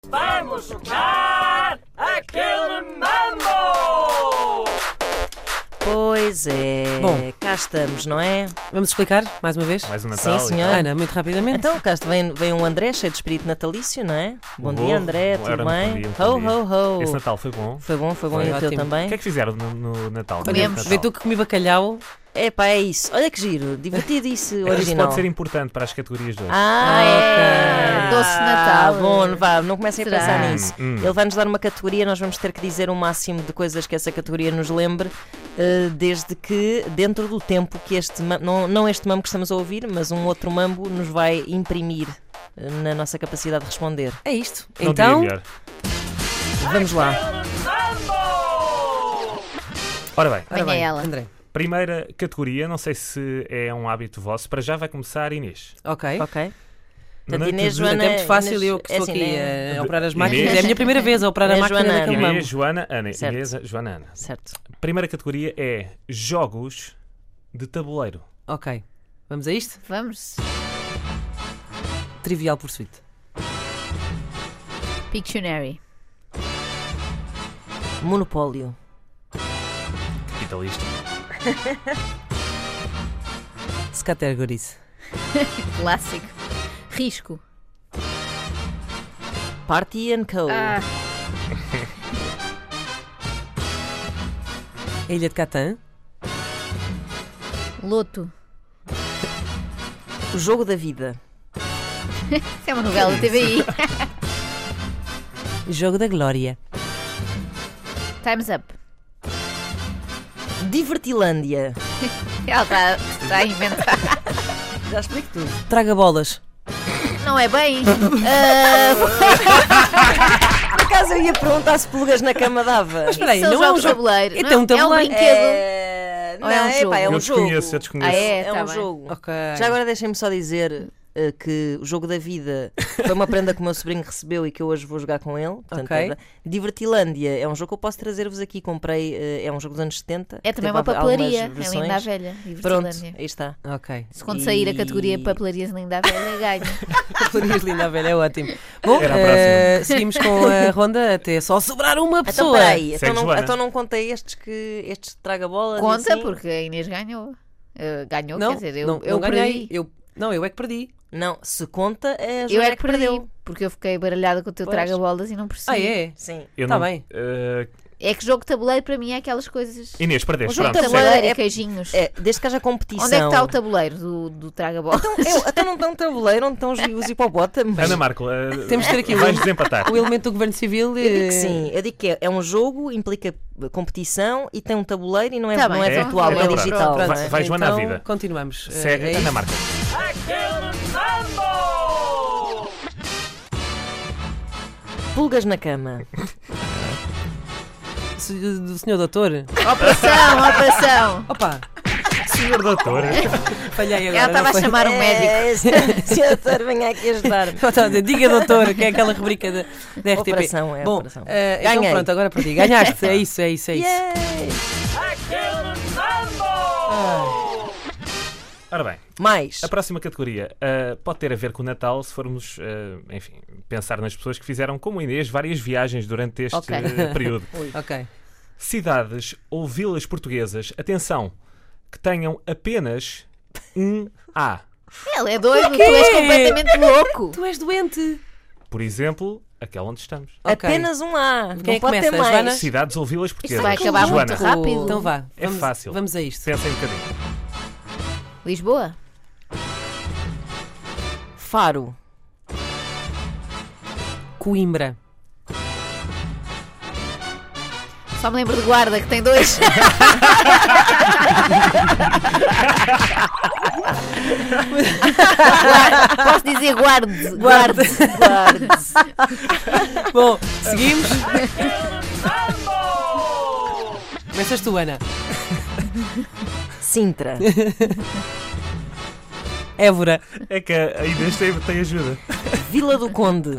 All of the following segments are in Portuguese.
Vamos jogar aquele mambo! Pois é. Bom. Cá estamos, não é? Vamos explicar mais uma vez? Mais um Natal. Sim, senhor. Ana, muito rapidamente. Então, cá vem um André cheio de espírito natalício, não é? Bom dia, André, tudo Ora, bem? bom dia. Ho, ho, Esse ho. Natal foi bom. Foi bom Foi e o teu ótimo. também? O que é que fizeram no Natal? Olha, vê tu que comi bacalhau. Epá, é isso. Olha que giro, divertido isso, É que isto original. pode ser importante para as categorias de hoje. Ah, ok. Doce de Natal. Bom, vá, não comecem a Será? pensar nisso. Hum. Ele vai-nos dar uma categoria, nós vamos ter que dizer o máximo de coisas que essa categoria nos lembre, desde que, dentro do tempo que este não este mambo que estamos a ouvir, mas um outro mambo nos vai imprimir na nossa capacidade de responder. É isto. Não Então, diria melhor. Vamos lá. Ora bem, ora Venha bem, ela. André. primeira categoria, não sei se é um hábito vosso, para já vai começar Inês. Ok. Ok? Na Portanto, Inês, categoria- Joana, É muito fácil Inês- eu que estou é assim, aqui né? a operar as Inês. máquinas. É a minha primeira vez a operar a É máquina Joana, daquele Ana. mambo. Inês, Joana, Ana. Certo. Inês, Joana, Ana. Certo. Primeira categoria é jogos de tabuleiro. Ok. Vamos a isto? Vamos. Trivial Pursuit. Pictionary. Monopólio. Capitalista. Categories. Clássico. Risco. Party and Co. A Ilha de Catan. Loto. O jogo da vida. Isso é uma novela da TVI. Jogo da Glória. Time's up. Divertilândia. Ela está a inventar. Já explico tudo. Traga bolas. Não é bem. Por acaso eu ia perguntar se pulgas na cama dava. Espera aí, São não é um jogos de jogo. tabuleiro. Então, um Não é? É um tabuleiro. brinquedo. Não, Ou é um epá, jogo? é um Eu jogo. desconheço, eu desconheço. Ah, é? É Tá um bem. jogo. Ok. Já agora deixem-me só dizer que o jogo da vida foi uma prenda que o meu sobrinho recebeu e que eu hoje vou jogar com ele. Portanto, Ok. Divertilândia é um jogo que eu posso trazer-vos aqui. Comprei, é um jogo dos anos 70. É também teve uma papelaria. algumas É linda a versões. velha. Pronto, Divertilândia. aí está. Ok. Se quando sair a categoria papelarias linda a velha, ganho. Papelarias linda a velha, é ótimo. Bom, Era a próxima. seguimos com a ronda até só sobrar uma Então pessoa. peraí, Segue, Joana. então não contei estes traga-bolas. Conta, e assim? porque a Inês ganhou. Ganhou, Não, quer dizer, não, eu não ganhei. perdi. Eu é que perdi. Não, se conta, a Eu Joana é que perdi, porque eu fiquei baralhada com o teu Pois. traga-bolas e não percebi. Ah, é? Sim. Eu Tá não- bem. É que jogo de tabuleiro para mim é aquelas coisas. Inês, perdeste. O jogo de Pronto, tabuleiro Tabuleiro é- e queijinhos. Desde que haja competição. Onde é que está o tabuleiro do traga-bolas? Então não estão tabuleiro, onde estão os hipopótamos? Ana Marco, Temos de ter aqui vais desempatar. o elemento do Governo Civil. Eu digo que sim, eu digo que é um jogo, implica competição e tem um tabuleiro e não é, Tá não bem, é então virtual, pronto, é pronto, digital. pronto. não é? Vai, Joana, à Então, vida. continuamos. Segue, É Ana isto. Marco. Aquele mambo! Pulgas na cama. Do senhor doutor. Operação! Opa, Senhor doutor. falhei agora. Ela estava não a foi? chamar um médico. Se o doutor venha aqui ajudar-me. Eu estava a dizer, diga doutor, que é aquela rubrica da RTP. Operação, é Bom, operação. então Ganhei. pronto, agora perdi. Ganhaste, é isso. Yay! Aquele mambo! Ora bem, Mais. a próxima categoria pode ter a ver com o Natal se formos, enfim, pensar nas pessoas que fizeram, como a Inês, várias viagens durante este Ok. período. Ok. Cidades ou vilas portuguesas, atenção, que tenham apenas um A. Ele é doido, tu és completamente louco. Tu és doente. Por exemplo, aquela onde estamos. Ok. Apenas um A. Quem é não que pode ter começa, mais. Joana? Cidades ou vilas portuguesas. vai acabar Joana, muito rápido. Então vá. É fácil. Vamos a isto. pensem um bocadinho. Lisboa? Faro. Coimbra. Só me lembro de Guarda, que tem dois. Posso dizer guarde. Guarde. Guarde. Bom, seguimos. Mambo! Começas tu, Ana. Sintra. Évora. É que a Inês tem ajuda. Vila do Conde.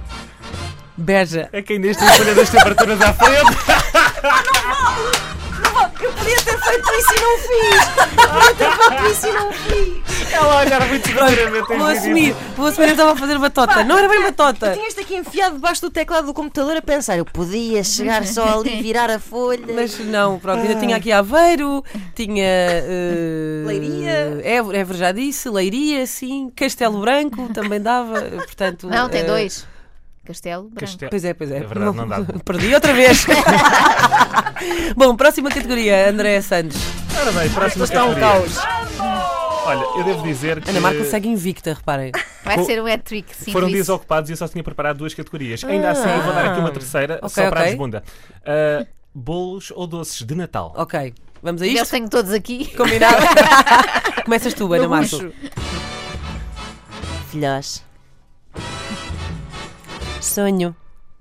Beja. É que a Inês tem a folha das temperaturas à frente. Podia ter feito isso e não fiz. Podia ter feito isso e não fiz. Ela olhar muito sinceramente em Vou assumir que estava a fazer batota. Não era bem batota. Tinhas-te aqui enfiado debaixo do teclado do computador a pensar, eu podia chegar só ali, virar a folha. Mas não, pronto, ainda tinha aqui Aveiro, tinha. Leiria. Évora já disse, Leiria, sim. Castelo Branco também dava, portanto. Não, tem dois. Castelo Branco. Castelo. Pois é. É verdade, não dá. Perdi outra vez. Bom, próxima categoria, André Santos. Ora bem, próxima Está um categoria. caos. Olha, eu devo dizer que Ana Marca segue invicta, reparem. Vai ser um hat-trick, sim. foram por dias isso. ocupados e eu só tinha preparado 2 categorias. Ainda assim, eu vou dar aqui uma terceira, Ok, só para a ok. desbunda. Bolos ou doces de Natal? Ok, vamos a Eu isto? tenho todos aqui. Combinado? Começas tu, Ana Marco. Filhós. Sonho.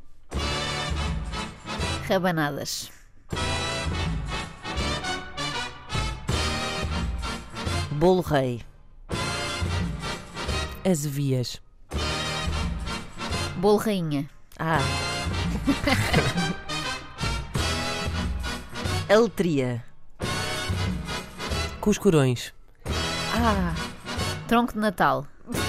Rabanadas. Bolo rei. Azevias. Bolo rainha. Aletria. Cuscurões. Tronco de Natal.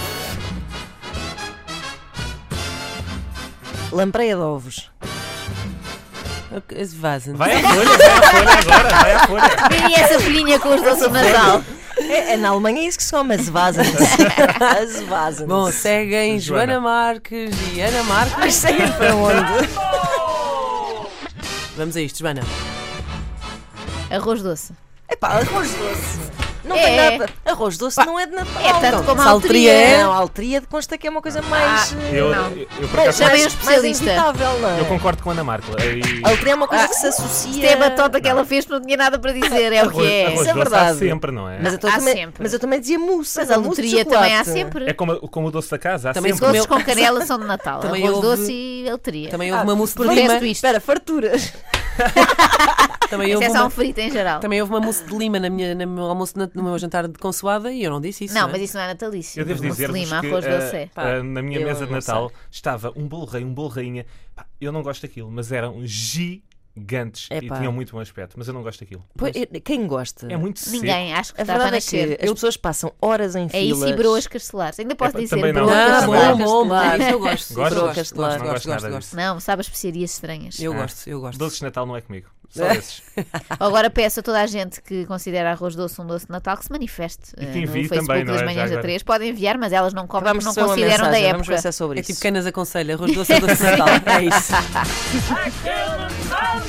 Lampreia de ovos. Azevazem. Vai à folha agora, vai à folha. E essa folhinha com os doces de Natal. Na Alemanha é isso que se chama Azevazem. Azevazem. Bom, seguem Joana. Joana Marques e Ana Marques. Mas seguem para onde? Vamos a isto, Joana. Arroz doce. Epá, arroz doce. Não É. tem nada. Arroz doce não é de Natal. É tanto como a salteria alteria. é? Não, a alteria consta que é uma coisa mais. Eu por mais, acaso, Chamem um mais especialista. inevitável, não é? eu concordo com a Ana Marco. A alteria é uma coisa que se associa. Isto é a batota que ela fez, não tinha nada para dizer. É o que é. Arroz Isso é doce verdade. há sempre, não é? Mas, Há sempre. mas eu também dizia mousse. Mas a mousse de loteria também há chocolate. sempre. É como o doce da casa, há Também sempre. se Doces com canela são de Natal. Também Arroz houve- doce e loteria. Também houve uma mousse de por lima. resto isto. Espera, farturas. Também Isso houve é só uma... um frito em geral. Também houve uma mousse de lima no meu almoço, no meu jantar de consoada e eu não disse isso. Não, é? mas isso não é natalício. Eu devo Doce de dizer-vos lima, que arroz doce é. na minha eu mesa de não Natal estava um bolo rei, um bolo rainha. Pá, eu não gosto daquilo, mas eram gigantes e Epá. tinham muito bom aspecto. Mas eu não gosto daquilo. Pois, quem gosta? É muito seco. Ninguém, acho que A está para verdade é nascer. que as pessoas passam horas em É filas. isso e broas castelares. Ainda posso Epá, dizer também não. broa Ah, castelar. bom, isso eu gosto. Gostas? Gosto, Castelar. Não gosto nada disso. Não, sabe as especiarias estranhas. Eu gosto. Doces de Natal não é comigo. Só esses. Agora peço a toda a gente que considera arroz doce um doce de Natal que se manifeste E que no envie Facebook também, não das é? manhãs Já da agora. 3. Podem enviar, mas elas não comem Vamos porque não receber uma consideram da mensagem, vamos ver época. se é sobre É isso. tipo Canas Aconselha, arroz doce é doce de Natal. É isso. Aquele mambo!